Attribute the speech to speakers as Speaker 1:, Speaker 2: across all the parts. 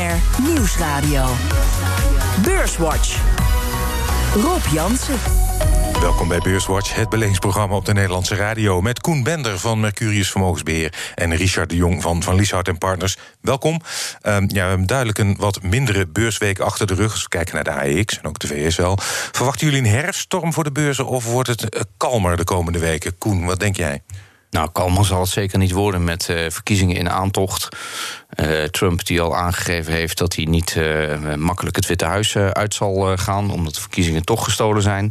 Speaker 1: BNR Nieuwsradio. Beurswatch. Rob Jansen.
Speaker 2: Welkom bij Beurswatch, het beleggingsprogramma op de Nederlandse radio. Met Koen Bender van Mercurius Vermogensbeheer en Richard de Jong van Lieshout & Partners. Welkom. We hebben duidelijk een wat mindere beursweek achter de rug. Als we kijken naar de AEX en ook de VSL. Verwachten jullie een herfststorm voor de beurzen of wordt het kalmer de komende weken? Koen, wat denk jij?
Speaker 3: Nou, kalmer zal het zeker niet worden met verkiezingen in aantocht. Trump die al aangegeven heeft dat hij niet makkelijk het Witte Huis uit zal gaan, omdat de verkiezingen toch gestolen zijn.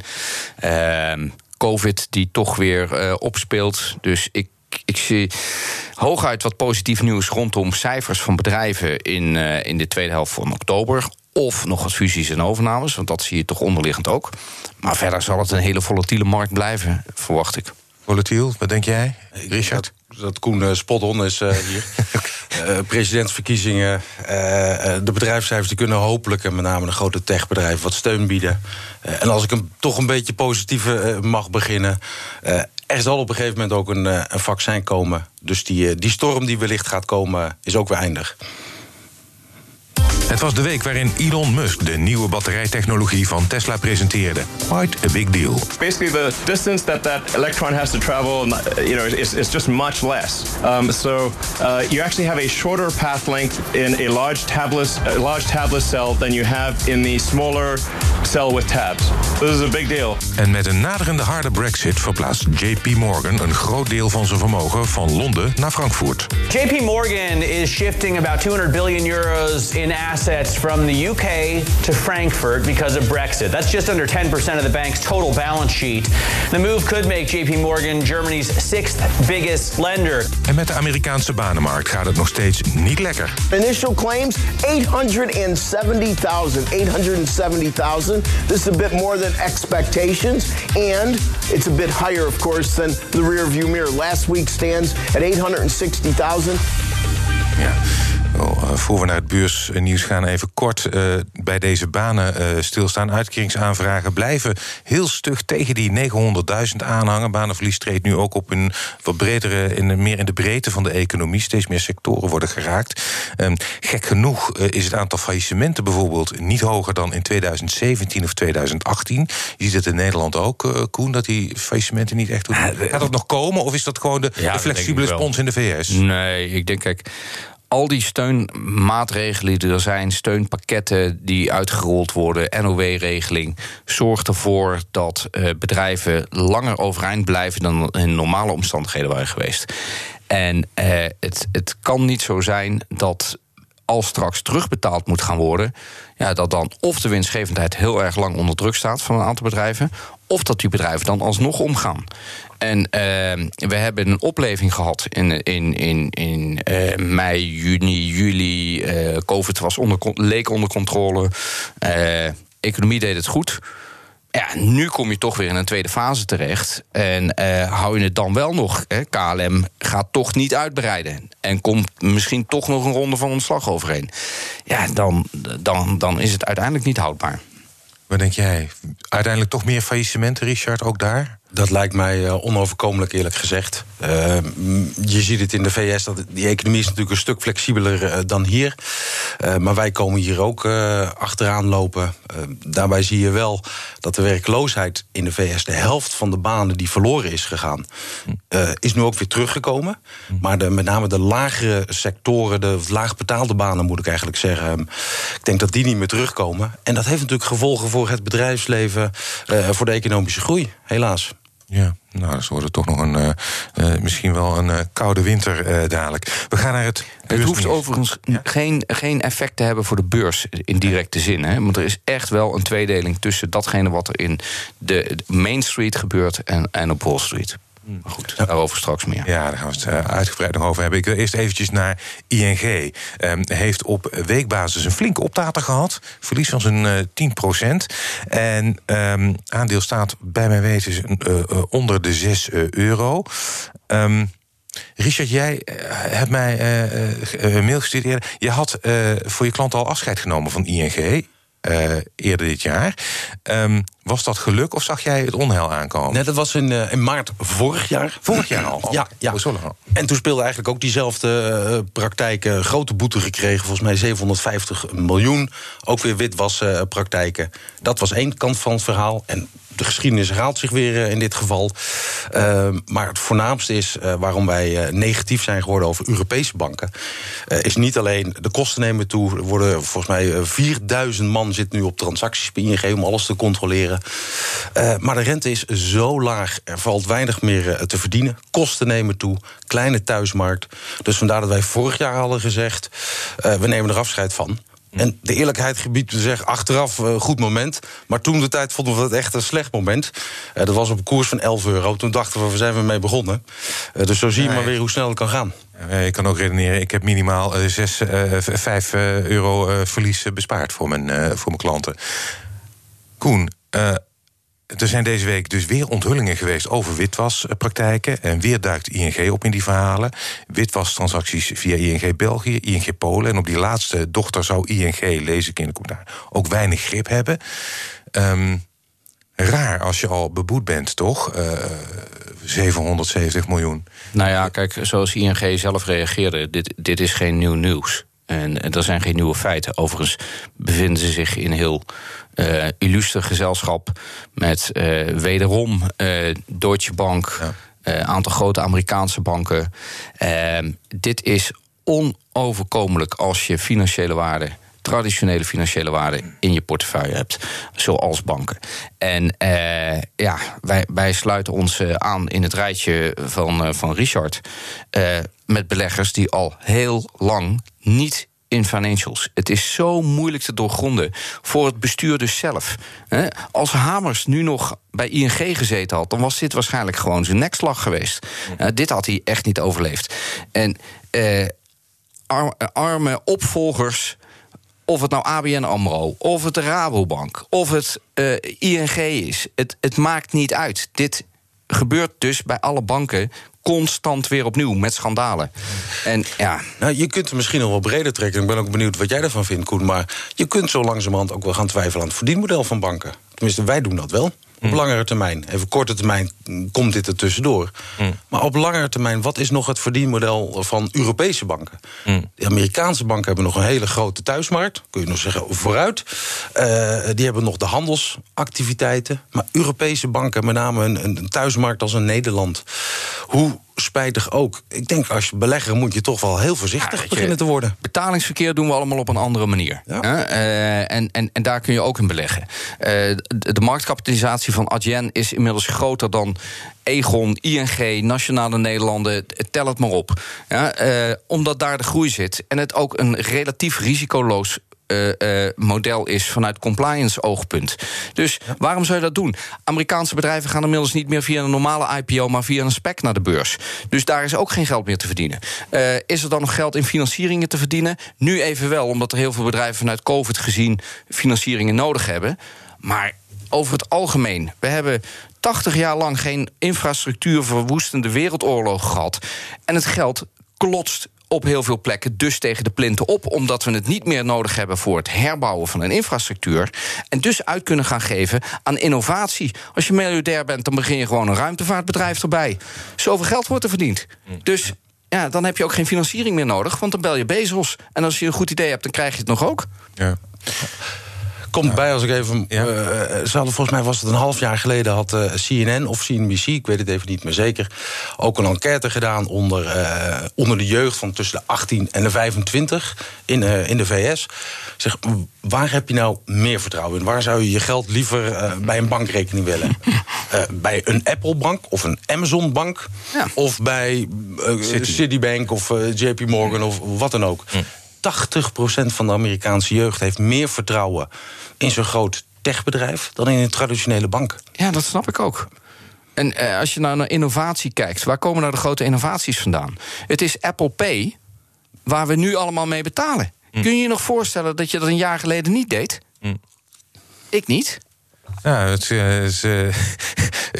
Speaker 3: COVID die toch weer opspeelt. Dus ik zie hooguit wat positief nieuws rondom cijfers van bedrijven in de tweede helft van oktober. Of nog wat fusies en overnames, want dat zie je toch onderliggend ook. Maar verder zal het een hele volatiele markt blijven, verwacht ik.
Speaker 2: Volatiel, wat denk jij, Richard?
Speaker 4: Dat Koen spot-on is hier. Presidentsverkiezingen, de bedrijfscijfers die kunnen hopelijk, en met name de grote techbedrijven, wat steun bieden. En als ik hem toch een beetje positief mag beginnen, er zal op een gegeven moment ook een vaccin komen. Dus die storm die wellicht gaat komen, is ook weer eindig.
Speaker 2: Het was de week waarin Elon Musk de nieuwe batterijtechnologie van Tesla presenteerde. Quite a big deal.
Speaker 5: Basically, the distance that electron has to travel, is just much less. You actually have a shorter path length in a large tabless cell than you have in the smaller cell with tabs. This is a big deal.
Speaker 2: En met een naderende harde Brexit verplaatst JP Morgan een groot deel van zijn vermogen van Londen naar Frankfurt.
Speaker 6: JP Morgan is shifting about 200 billion euros in assets from the UK to Frankfurt because of Brexit. That's just under 10% of the bank's total balance sheet. The move could make JP Morgan Germany's 6th biggest lender.
Speaker 2: En met de Amerikaanse banenmarkt gaat het nog steeds niet lekker.
Speaker 7: Initial claims 870,000. This is a bit more than expectations, and it's a bit higher, of course, than the rearview mirror. Last week stands at 860,000.
Speaker 2: Ja. Voor we naar het beursnieuws gaan, even kort bij deze banen stilstaan. Uitkeringsaanvragen blijven heel stug tegen die 900.000 aanhangen. Banenverlies treedt nu ook op een wat bredere, meer in de breedte van de economie. Steeds meer sectoren worden geraakt. Gek genoeg is het aantal faillissementen bijvoorbeeld niet hoger dan in 2017 of 2018. Je ziet het in Nederland ook, Koen, dat die faillissementen niet echt doen. Gaat dat nog komen of is dat gewoon de flexibele spons in de VS?
Speaker 3: Nee, ik denk, kijk, al die steunmaatregelen die er zijn, steunpakketten die uitgerold worden, NOW-regeling, zorgt ervoor dat bedrijven langer overeind blijven dan in normale omstandigheden waren geweest. En het kan niet zo zijn dat als straks terugbetaald moet gaan worden, dat dan of de winstgevendheid heel erg lang onder druk staat van een aantal bedrijven, of dat die bedrijven dan alsnog omgaan. En we hebben een opleving gehad in mei, juni, juli. COVID leek onder controle. Economie deed het goed. Ja, nu kom je toch weer in een tweede fase terecht. En hou je het dan wel nog? KLM gaat toch niet uitbreiden. En komt misschien toch nog een ronde van ontslag overheen. Ja, dan is het uiteindelijk niet houdbaar.
Speaker 2: Wat denk jij? Uiteindelijk toch meer faillissementen, Richard, ook daar?
Speaker 4: Dat lijkt mij onoverkomelijk, eerlijk gezegd. Je ziet het in de VS, dat die economie is natuurlijk een stuk flexibeler dan hier. Maar wij komen hier ook achteraan lopen. Daarbij zie je wel dat de werkloosheid in de VS, de helft van de banen die verloren is gegaan, is nu ook weer teruggekomen. Maar met name de lagere sectoren, de laagbetaalde banen moet ik eigenlijk zeggen, ik denk dat die niet meer terugkomen. En dat heeft natuurlijk gevolgen voor het bedrijfsleven, voor de economische groei, helaas.
Speaker 2: Ja, nou, dat wordt toch nog misschien wel een koude winter dadelijk. We gaan naar het beursnieuws.
Speaker 3: Het hoeft overigens geen effect te hebben voor de beurs in directe zin. Hè? Want er is echt wel een tweedeling tussen datgene wat er in de Main Street gebeurt en op Wall Street. Maar goed, daarover straks meer.
Speaker 2: Ja, daar gaan we het uitgebreid nog over hebben. Ik wil eerst eventjes naar ING. Heeft op weekbasis een flinke optater gehad. Verlies van zijn 10%. En aandeel staat bij mijn weten onder de €6. Richard, jij hebt mij een mail gestuurd eerder. Je had voor je klant al afscheid genomen van ING eerder dit jaar. Was dat geluk of zag jij het onheil aankomen?
Speaker 4: Nee, dat was in maart vorig jaar.
Speaker 2: Vorig jaar al?
Speaker 4: Ja. En toen speelde eigenlijk ook diezelfde praktijken. Grote boete gekregen, volgens mij 750 miljoen. Ook weer witwaspraktijken. Dat was één kant van het verhaal. En de geschiedenis herhaalt zich weer in dit geval. Maar het voornaamste is waarom wij negatief zijn geworden over Europese banken. Is niet alleen de kosten nemen toe. Er worden volgens mij 4000 man zit nu op transacties bij ING om alles te controleren. Maar de rente is zo laag. Er valt weinig meer te verdienen. Kosten nemen toe. Kleine thuismarkt. Dus vandaar dat wij vorig jaar hadden gezegd, we nemen er afscheid van. En de eerlijkheid gebiedt te zeggen, achteraf goed moment. Maar toen de tijd vonden we het echt een slecht moment. Dat was op een koers van €11. Toen dachten we, zijn we mee begonnen. Dus zo zie je maar weer hoe snel het kan gaan.
Speaker 2: Je kan ook redeneren, ik heb minimaal 5 euro verlies bespaard voor mijn klanten. Koen, er zijn deze week dus weer onthullingen geweest over witwaspraktijken. En weer duikt ING op in die verhalen. Witwastransacties via ING België, ING Polen. En op die laatste dochter zou ING, lees ik in de commentaar, ook weinig grip hebben. Raar als je al beboet bent, toch? 770 miljoen.
Speaker 3: Nou ja, kijk, zoals ING zelf reageerde, dit is geen nieuw nieuws. En er zijn geen nieuwe feiten. Overigens bevinden ze zich in heel illuster gezelschap met wederom Deutsche Bank, aantal grote Amerikaanse banken. Dit is onoverkomelijk als je financiële waarde, traditionele financiële waarde in je portefeuille hebt, zoals banken. En wij sluiten ons aan in het rijtje van Richard, met beleggers die al heel lang niet in financials. Het is zo moeilijk te doorgronden voor het bestuur dus zelf. Als Hamers nu nog bij ING gezeten had, dan was dit waarschijnlijk gewoon zijn nekslag geweest. Dit had hij echt niet overleefd. En arme opvolgers, of het nou ABN AMRO, of het de Rabobank, of het ING is. Het maakt niet uit. Dit gebeurt dus bij alle banken constant weer opnieuw met schandalen. En ja.
Speaker 4: Nou, je kunt het misschien nog wel breder trekken. Ik ben ook benieuwd wat jij ervan vindt, Koen. Maar je kunt zo langzamerhand ook wel gaan twijfelen aan het verdienmodel van banken. Tenminste, wij doen dat wel. Op langere termijn. Even korte termijn komt dit er tussendoor. Maar op langere termijn, wat is nog het verdienmodel van Europese banken? De Amerikaanse banken hebben nog een hele grote thuismarkt. Kun je nog zeggen, vooruit. Die hebben nog de handelsactiviteiten. Maar Europese banken, met name een thuismarkt als in Nederland. Hoe spijtig ook. Ik denk, als je belegger moet je toch wel heel voorzichtig beginnen te worden.
Speaker 3: Betalingsverkeer doen we allemaal op een andere manier. Ja. En daar kun je ook in beleggen. De marktkapitalisatie van Adyen is inmiddels groter dan Egon, ING, Nationale Nederlanden, tel het maar op. Omdat daar de groei zit. En het ook een relatief risicoloos model is vanuit compliance oogpunt. Dus waarom zou je dat doen? Amerikaanse bedrijven gaan inmiddels niet meer via een normale IPO, maar via een SPAC naar de beurs. Dus daar is ook geen geld meer te verdienen. Is er dan nog geld in financieringen te verdienen? Nu even wel, omdat er heel veel bedrijven vanuit COVID gezien financieringen nodig hebben. Maar over het algemeen, we hebben 80 jaar lang geen infrastructuurverwoestende wereldoorlog gehad. En het geld klotst op heel veel plekken dus tegen de plinten op, omdat we het niet meer nodig hebben voor het herbouwen van een infrastructuur. En dus uit kunnen gaan geven aan innovatie. Als je miljardair bent, dan begin je gewoon een ruimtevaartbedrijf erbij. Zoveel geld wordt er verdiend. Dus ja, dan heb je ook geen financiering meer nodig, want dan bel je Bezos. En als je een goed idee hebt, dan krijg je het nog ook.
Speaker 2: Ja.
Speaker 4: Komt bij als ik even. Ze hadden, volgens mij was het een half jaar geleden, had CNN of CNBC, ik weet het even niet meer zeker, ook een enquête gedaan onder de jeugd van tussen de 18 en de 25 in de VS. Zeg, waar heb je nou meer vertrouwen in? Waar zou je je geld liever bij een bankrekening willen? Bij een Apple-bank of een Amazon-bank? Ja. Of bij Citibank of JP Morgan of wat dan ook? 80% van de Amerikaanse jeugd heeft meer vertrouwen in zo'n groot techbedrijf dan in een traditionele bank.
Speaker 3: Ja, dat snap ik ook. En als je nou naar innovatie kijkt, waar komen nou de grote innovaties vandaan? Het is Apple Pay, waar we nu allemaal mee betalen. Kun je je nog voorstellen dat je dat een jaar geleden niet deed? Ik niet.
Speaker 2: Ja,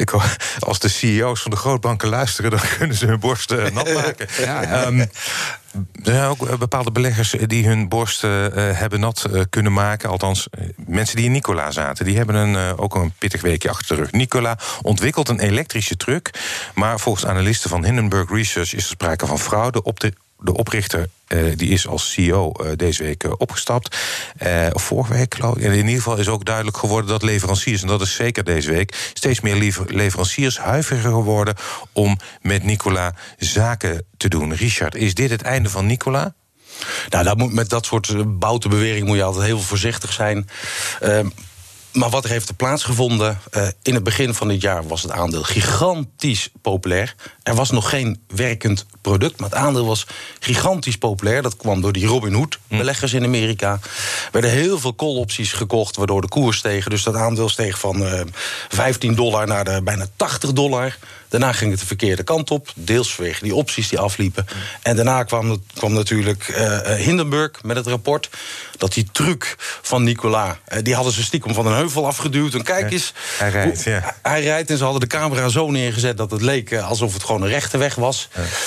Speaker 2: als de CEO's van de grootbanken luisteren, dan kunnen ze hun borst nat maken. Er zijn ook bepaalde beleggers die hun borst hebben nat kunnen maken. Althans, mensen die in Nikola zaten. Die hebben ook een pittig weekje achter de rug. Nikola ontwikkelt een elektrische truck. Maar volgens analisten van Hindenburg Research is er sprake van fraude. De oprichter die is als CEO deze week opgestapt. Of vorige week, geloof ik. En in ieder geval is ook duidelijk geworden dat leveranciers, en dat is zeker deze week, steeds meer leveranciers huiveriger geworden om met Nikola zaken te doen. Richard, is dit het einde van Nikola?
Speaker 4: Nou, met dat soort boutenbewering moet je altijd heel voorzichtig zijn. Maar wat er heeft plaatsgevonden, in het begin van dit jaar was het aandeel gigantisch populair. Er was nog geen werkend product, maar het aandeel was gigantisch populair. Dat kwam door die Robin Hood beleggers in Amerika. Er werden heel veel call-opties gekocht, waardoor de koers steeg. Dus dat aandeel steeg van $15 naar bijna $80. Daarna ging het de verkeerde kant op, deels vanwege die opties die afliepen. En daarna kwam natuurlijk Hindenburg met het rapport dat die truc van Nikola, die hadden ze stiekem van een heuvel afgeduwd. En kijk eens, hij rijdt en ze hadden de camera zo neergezet dat het leek alsof het gewoon een rechte weg was.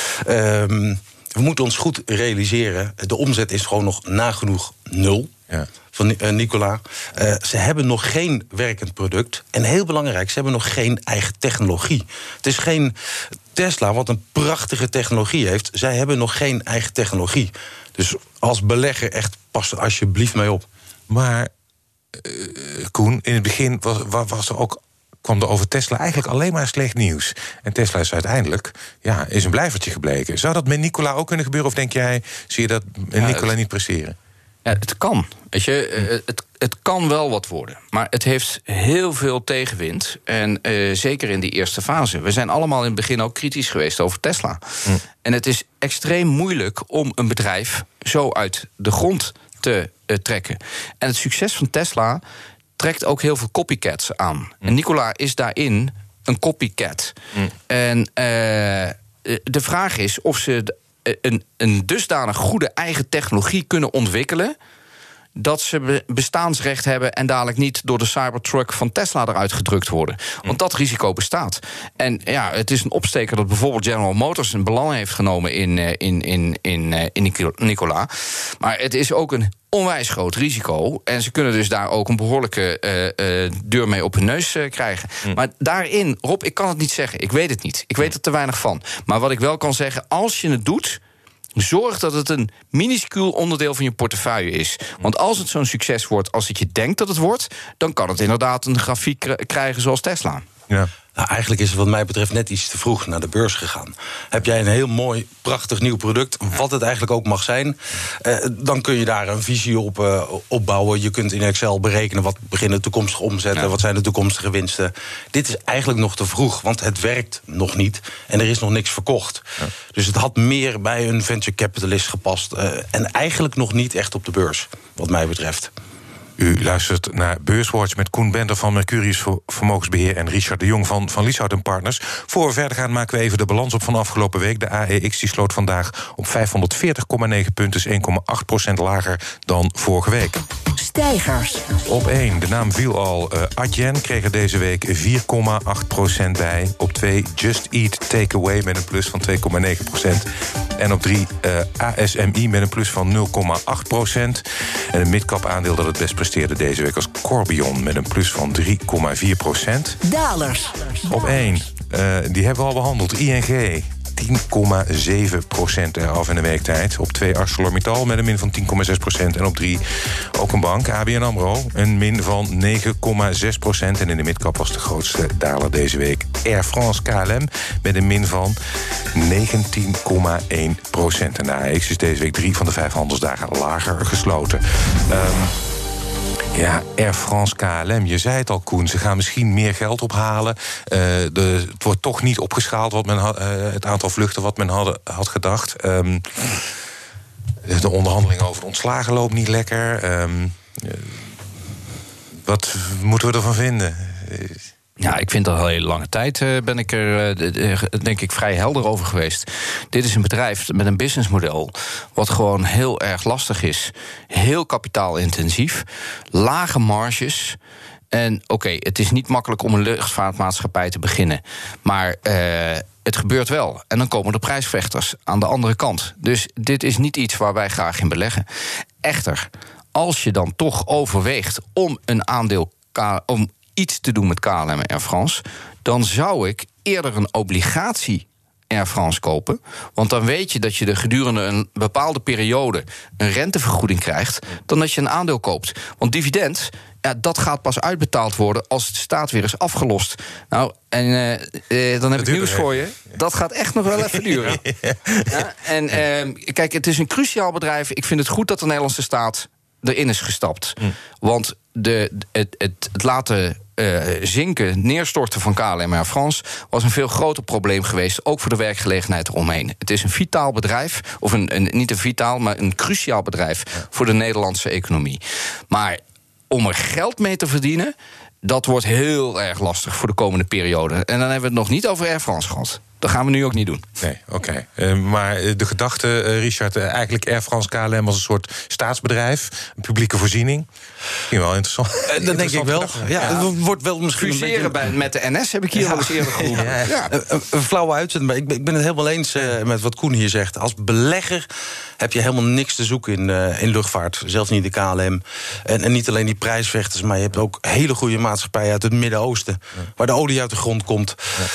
Speaker 4: We moeten ons goed realiseren, de omzet is gewoon nog nagenoeg nul. Ja. Van Nikola. Ze hebben nog geen werkend product. En heel belangrijk, ze hebben nog geen eigen technologie. Het is geen Tesla, wat een prachtige technologie heeft. Zij hebben nog geen eigen technologie. Dus als belegger echt, pas er alsjeblieft mee op.
Speaker 2: Maar, Koen, in het begin kwam er over Tesla eigenlijk alleen maar slecht nieuws. En Tesla is uiteindelijk is een blijvertje gebleken. Zou dat met Nikola ook kunnen gebeuren? Of zie je dat Nikola niet presteren?
Speaker 3: Ja, het kan. Weet je, het kan wel wat worden. Maar het heeft heel veel tegenwind. En zeker in die eerste fase. We zijn allemaal in het begin ook kritisch geweest over Tesla. En het is extreem moeilijk om een bedrijf zo uit de grond te trekken. En het succes van Tesla trekt ook heel veel copycats aan. En Nikola is daarin een copycat. En de vraag is of ze een dusdanig goede eigen technologie kunnen ontwikkelen dat ze bestaansrecht hebben en dadelijk niet door de Cybertruck van Tesla eruit gedrukt worden. Want dat risico bestaat. En ja, het is een opsteker dat bijvoorbeeld General Motors een belang heeft genomen in Nikola. Maar het is ook een onwijs groot risico. En ze kunnen dus daar ook een behoorlijke deur mee op hun neus krijgen. Maar daarin, Rob, ik kan het niet zeggen. Ik weet het niet. Ik weet er te weinig van. Maar wat ik wel kan zeggen, als je het doet, zorg dat het een minuscuul onderdeel van je portefeuille is. Want als het zo'n succes wordt als het je denkt dat het wordt, dan kan het inderdaad een grafiek krijgen zoals Tesla.
Speaker 4: Ja. Nou, eigenlijk is het wat mij betreft net iets te vroeg naar de beurs gegaan. Heb jij een heel mooi, prachtig nieuw product, wat het eigenlijk ook mag zijn, dan kun je daar een visie op bouwen. Je kunt in Excel berekenen wat beginnen toekomstige omzetten, wat zijn de toekomstige winsten. Dit is eigenlijk nog te vroeg, want het werkt nog niet en er is nog niks verkocht. Ja. Dus het had meer bij een venture capitalist gepast en eigenlijk nog niet echt op de beurs, wat mij betreft.
Speaker 2: U luistert naar Beurswatch met Koen Bender van Mercurius Vermogensbeheer en Richard de Jong van Lieshout & Partners. Voor we verder gaan maken we even de balans op van afgelopen week. De AEX die sloot vandaag op 540,9 punten, 1,8% lager dan vorige week.
Speaker 1: Stijgers.
Speaker 2: Op 1, de naam viel al. Adyen kreeg er deze week 4,8% bij. Op 2, Just Eat Takeaway met een plus van 2,9%. En op 3, ASMI met een plus van 0,8%. En een midcap aandeel dat het best presteerde deze week was Corbion met een plus van 3,4%.
Speaker 1: Dalers.
Speaker 2: Op 1, die hebben we al behandeld, ING. 10,7% eraf in de weektijd. Op 2 ArcelorMittal met een min van 10,6%. En op 3 ook een bank, ABN AMRO, een min van 9,6%. En in de midcap was de grootste daler deze week Air France KLM met een min van 19,1%. En de AEX is deze week 3 van de 5 handelsdagen lager gesloten. Ja, Air France KLM, je zei het al, Koen, ze gaan misschien meer geld ophalen. Het wordt toch niet opgeschaald het aantal vluchten wat men had gedacht. De onderhandeling over de ontslagen loopt niet lekker. Wat moeten we ervan vinden?
Speaker 3: Ja, ik vind dat al een hele lange tijd ben ik er denk ik vrij helder over geweest. Dit is een bedrijf met een businessmodel wat gewoon heel erg lastig is. Heel kapitaalintensief, lage marges En oké, het is niet makkelijk om een luchtvaartmaatschappij te beginnen. Maar het gebeurt wel. En dan komen de prijsvechters aan de andere kant. Dus dit is niet iets waar wij graag in beleggen. Echter, als je dan toch overweegt om een aandeel om iets te doen met KLM en Air France, dan zou ik eerder een obligatie Air France kopen. Want dan weet je dat je gedurende een bepaalde periode een rentevergoeding krijgt, dan dat je een aandeel koopt. Want dividend, dat gaat pas uitbetaald worden als de staat weer is afgelost. Nou, en dan heb ik nieuws voor je. Dat gaat echt nog wel even duren. Ja, en kijk, het is een cruciaal bedrijf. Ik vind het goed dat de Nederlandse staat erin is gestapt. Want het laten zinken, neerstorten van KLM en Air France was een veel groter probleem geweest, ook voor de werkgelegenheid eromheen. Het is een vitaal bedrijf, of niet een vitaal, maar een cruciaal bedrijf voor de Nederlandse economie. Maar om er geld mee te verdienen, dat wordt heel erg lastig voor de komende periode. En dan hebben we het nog niet over Air France gehad. Dat gaan we nu ook niet doen.
Speaker 2: Nee, oké. Maar de gedachte, Richard, eigenlijk Air France KLM als een soort staatsbedrijf, een publieke voorziening. Misschien wel interessant.
Speaker 4: Dat denk ik wel. Ja, het wordt wel misschien
Speaker 3: fuseren
Speaker 4: een beetje
Speaker 3: met de NS heb ik hier al eens eerder gehoord.
Speaker 4: Een flauwe uitzending, maar ik ben het helemaal eens met wat Koen hier zegt. Als belegger heb je helemaal niks te zoeken in luchtvaart. Zelfs niet de KLM. En niet alleen die prijsvechters, maar je hebt ook hele goede maatschappijen uit het Midden-Oosten, waar de olie uit de grond komt.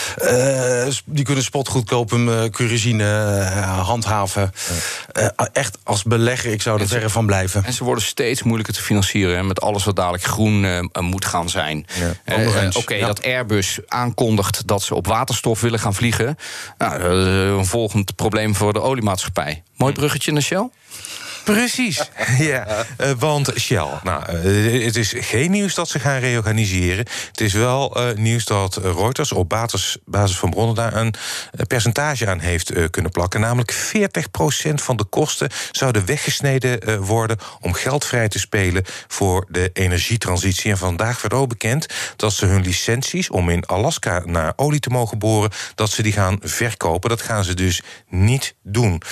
Speaker 4: Die kunnen spotgoedkoop kerosine handhaven. Echt als belegger, ik zou er verre van blijven.
Speaker 3: En ze worden steeds moeilijker te financieren, hè, met alles wat dadelijk groen moet gaan zijn. Dat Airbus aankondigt dat ze op waterstof willen gaan vliegen. Nou, een volgend probleem voor de oliemaatschappij. Mooi bruggetje naar Shell.
Speaker 2: Precies, ja. Want Shell, het is geen nieuws dat ze gaan reorganiseren. Het is wel nieuws dat Reuters op basis van bronnen daar een percentage aan heeft kunnen plakken. Namelijk 40% van de kosten zouden weggesneden worden om geld vrij te spelen voor de energietransitie. En vandaag werd ook bekend dat ze hun licenties om in Alaska naar olie te mogen boren, dat ze die gaan verkopen. Dat gaan ze dus niet doen.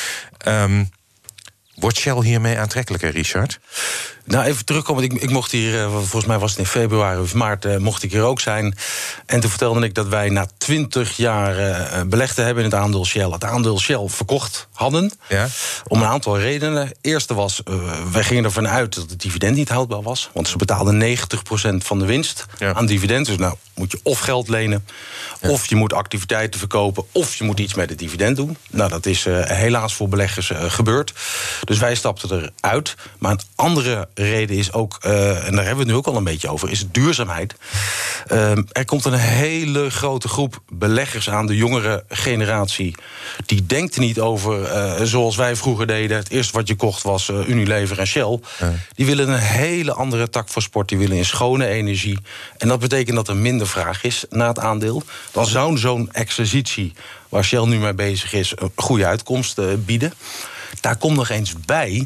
Speaker 2: Wordt Shell hiermee aantrekkelijker, Richard?
Speaker 4: Nou, even terugkomen. Ik mocht hier, volgens mij was het in februari of maart, mocht ik hier ook zijn. En toen vertelde ik dat wij na 20 jaar belegd hebben in het aandeel Shell. Het aandeel Shell verkocht hadden. Ja. Om een aantal redenen. Eerste was, wij gingen ervan uit dat het dividend niet houdbaar was. Want ze betaalden 90% van de winst aan dividend. Dus nou moet je of geld lenen, of je moet activiteiten verkopen, of je moet iets met het dividend doen. Nou, dat is helaas voor beleggers gebeurd. Dus wij stapten eruit. Maar een andere reden is ook, en daar hebben we het nu ook al een beetje over, is duurzaamheid. Er komt een hele grote groep beleggers aan, de jongere generatie. Die denkt er niet over zoals wij vroeger deden. Het eerste wat je kocht was Unilever en Shell. Die willen een hele andere tak voor sport. Die willen in schone energie. En dat betekent dat er minder vraag is naar het aandeel. Dan zou zo'n exercitie, waar Shell nu mee bezig is, een goede uitkomst bieden. Daar komt nog eens bij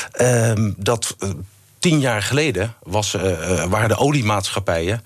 Speaker 4: dat 10 jaar geleden waren de oliemaatschappijen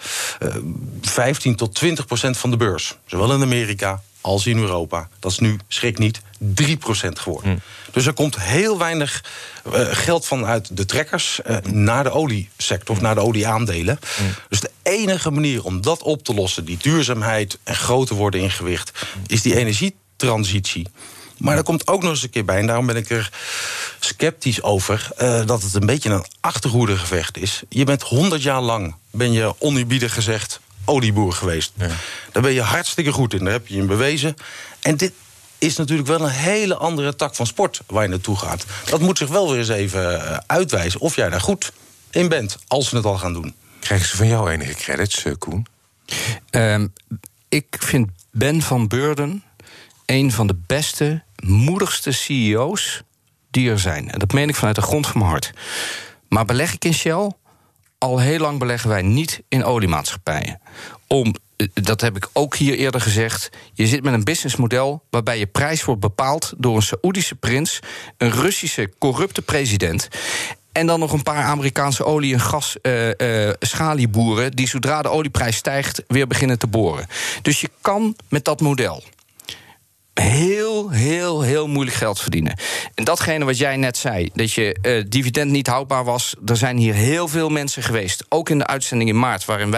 Speaker 4: 15 tot 20% van de beurs. Zowel in Amerika als in Europa. Dat is nu, schrik niet, 3% geworden. Dus er komt heel weinig geld vanuit de trekkers naar de oliesector of naar de olieaandelen. Dus de enige manier om dat op te lossen, die duurzaamheid en groter worden in gewicht, is die energietransitie. Maar er komt ook nog eens een keer bij, en daarom ben ik er sceptisch over, dat het een beetje een achterhoedegevecht is. Je bent 100 jaar lang, oneerbiedig gezegd, olieboer geweest. Ja. Daar ben je hartstikke goed in, daar heb je in bewezen. En dit is natuurlijk wel een hele andere tak van sport waar je naartoe gaat. Dat moet zich wel weer eens even uitwijzen of jij daar goed in bent, als we het al gaan doen.
Speaker 2: Krijgen ze van jou enige credits, Koen?
Speaker 3: Ik vind Ben van Beurden een van de beste, moedigste CEO's die er zijn. En dat meen ik vanuit de grond van mijn hart. Maar beleg ik in Shell? Al heel lang beleggen wij niet in oliemaatschappijen. Dat heb ik ook hier eerder gezegd. Je zit met een businessmodel waarbij je prijs wordt bepaald door een Saoedische prins, een Russische corrupte president, en dan nog een paar Amerikaanse olie- en gas-schalieboeren die zodra de olieprijs stijgt weer beginnen te boren. Dus je kan met dat model heel moeilijk geld verdienen. En datgene wat jij net zei, dat je dividend niet houdbaar was, er zijn hier heel veel mensen geweest. Ook in de uitzending in maart, waar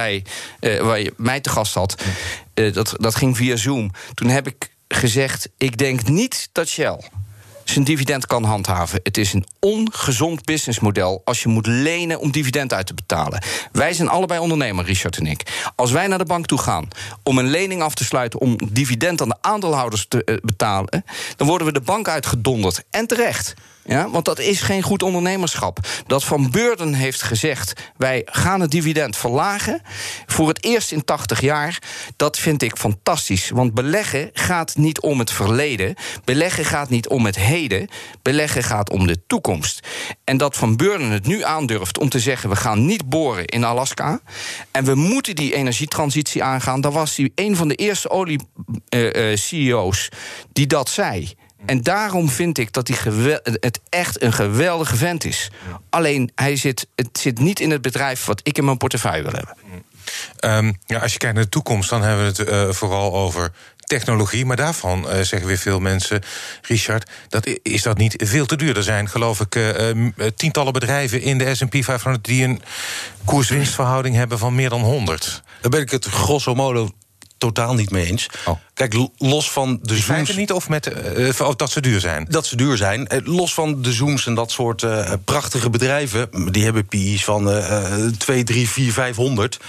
Speaker 3: je mij te gast had. Dat ging via Zoom. Toen heb ik gezegd, ik denk niet dat Shell zijn dividend kan handhaven. Het is een ongezond businessmodel als je moet lenen om dividend uit te betalen. Wij zijn allebei ondernemer, Richard en ik. Als wij naar de bank toe gaan om een lening af te sluiten om dividend aan de aandeelhouders te betalen, dan worden we de bank uitgedonderd. En terecht. Ja, want dat is geen goed ondernemerschap. Dat Van Beurden heeft gezegd, wij gaan het dividend verlagen voor het eerst in 80 jaar, dat vind ik fantastisch. Want beleggen gaat niet om het verleden. Beleggen gaat niet om het heden. Beleggen gaat om de toekomst. En dat Van Beurden het nu aandurft om te zeggen, we gaan niet boren in Alaska en we moeten die energietransitie aangaan, dan was hij een van de eerste olie-CEO's die dat zei. En daarom vind ik dat het echt een geweldige vent is. Alleen, het zit niet in het bedrijf wat ik in mijn portefeuille wil hebben.
Speaker 2: Als je kijkt naar de toekomst, dan hebben we het vooral over technologie. Maar daarvan zeggen weer veel mensen, Richard, is dat niet veel te duur? Er zijn, geloof ik, tientallen bedrijven in de S&P 500... die een koers-winstverhouding hebben van meer dan 100.
Speaker 4: Daar ben ik het grosso modo totaal niet mee eens. Kijk, los van de Zooms...
Speaker 2: niet of dat ze duur zijn?
Speaker 4: Dat ze duur zijn. Los van de Zooms en dat soort prachtige bedrijven, die hebben PI's van 2, 3, 4, 500.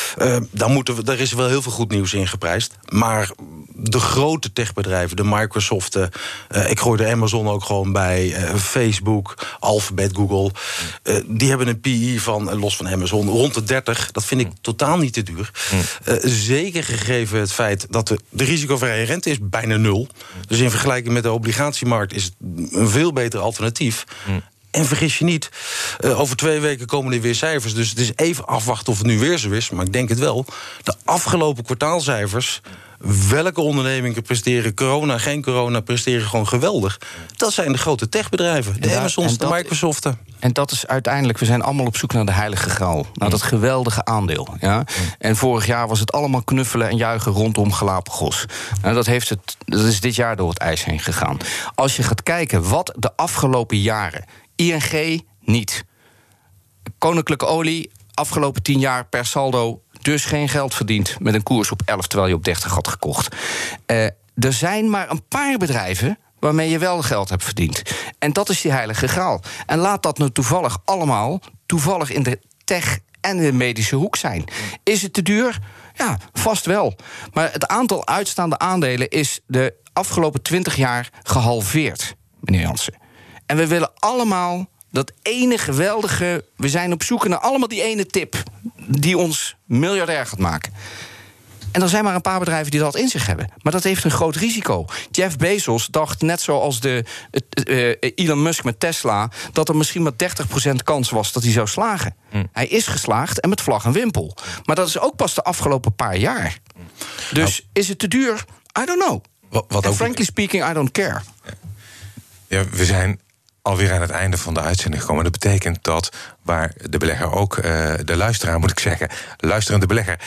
Speaker 4: Daar is wel heel veel goed nieuws in geprijsd. Maar de grote techbedrijven, de Microsoft, ik gooi de Amazon ook gewoon bij, Facebook, Alphabet, Google, die hebben een PI van, los van Amazon, rond de 30. Dat vind ik totaal niet te duur. Zeker gegeven het feit dat de risicovrije rente is bijna 0. Dus in vergelijking met de obligatiemarkt is het een veel beter alternatief. En vergis je niet, over 2 weken komen er weer cijfers. Dus het is even afwachten of het nu weer zo is. Maar ik denk het wel. De afgelopen kwartaalcijfers, welke ondernemingen presteren corona, geen corona, presteren gewoon geweldig. Dat zijn de grote techbedrijven. De Amazons, de Microsoften.
Speaker 3: En dat is uiteindelijk, we zijn allemaal op zoek naar de heilige graal. Naar dat geweldige aandeel. Ja? En vorig jaar was het allemaal knuffelen en juichen rondom Galapagos. Nou, dat is dit jaar door het ijs heen gegaan. Als je gaat kijken wat de afgelopen jaren, ING niet. Koninklijke Olie, afgelopen 10 jaar per saldo, dus geen geld verdiend met een koers op 11, terwijl je op 30 had gekocht. Er zijn maar een paar bedrijven waarmee je wel geld hebt verdiend. En dat is die heilige graal. En laat dat nu toevallig in de tech en de medische hoek zijn. Is het te duur? Ja, vast wel. Maar het aantal uitstaande aandelen is de afgelopen 20 jaar gehalveerd, meneer Jansen. En we willen allemaal dat ene geweldige, we zijn op zoek naar allemaal die ene tip die ons miljardair gaat maken. En er zijn maar een paar bedrijven die dat in zich hebben. Maar dat heeft een groot risico. Jeff Bezos dacht, net zoals Elon Musk met Tesla, dat er misschien maar 30% kans was dat hij zou slagen. Hij is geslaagd en met vlag en wimpel. Maar dat is ook pas de afgelopen paar jaar. Dus is het te duur? I don't know. And frankly speaking, I don't care.
Speaker 2: Ja, we zijn alweer aan het einde van de uitzending gekomen. Dat betekent dat waar de belegger ook, de luisteraar moet ik zeggen, luisterende belegger,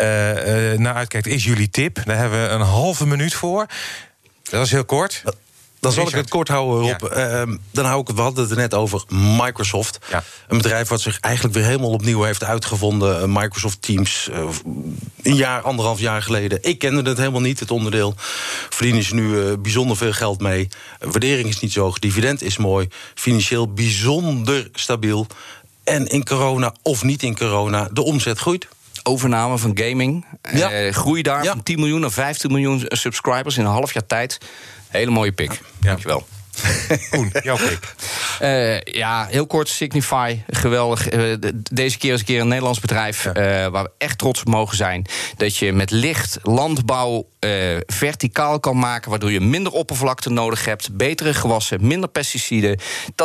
Speaker 2: naar uitkijkt, is jullie tip. Daar hebben we een halve minuut voor. Dat is heel kort.
Speaker 4: Dan zal ik het kort houden, Rob. Ja. Dan hou ik het, we hadden het er net over Microsoft. Ja. Een bedrijf wat zich eigenlijk weer helemaal opnieuw heeft uitgevonden. Microsoft Teams, anderhalf jaar geleden. Ik kende het helemaal niet, het onderdeel. Verdienen ze nu bijzonder veel geld mee. Waardering is niet zo hoog, dividend is mooi. Financieel bijzonder stabiel. En in corona of niet in corona, de omzet groeit.
Speaker 3: Overname van gaming. Groei daar van 10 miljoen naar 15 miljoen subscribers in een half jaar tijd. Hele mooie pick. Dankjewel.
Speaker 2: Koen, jouw pick.
Speaker 3: Heel kort, Signify, geweldig. Deze keer is een keer een Nederlands bedrijf waar we echt trots op mogen zijn. Dat je met licht landbouw verticaal kan maken, waardoor je minder oppervlakte nodig hebt, betere gewassen, minder pesticiden.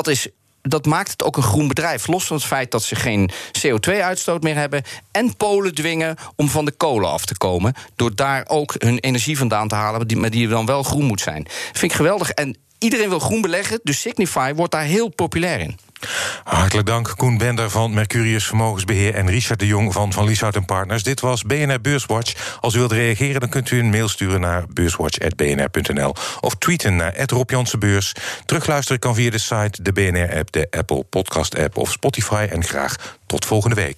Speaker 3: Dat maakt het ook een groen bedrijf. Los van het feit dat ze geen CO2-uitstoot meer hebben en Polen dwingen om van de kolen af te komen, door daar ook hun energie vandaan te halen, maar die dan wel groen moet zijn. Vind ik geweldig. En iedereen wil groen beleggen, dus Signify wordt daar heel populair in.
Speaker 2: Hartelijk dank, Koen Bender van Mercurius Vermogensbeheer en Richard de Jong van Lieshout & Partners. Dit was BNR Beurswatch. Als u wilt reageren, dan kunt u een mail sturen naar beurswatch@bnr.nl of tweeten naar @RobJanssenBeurs. Terugluisteren kan via de site, de BNR-app, de Apple Podcast-app of Spotify. En graag tot volgende week.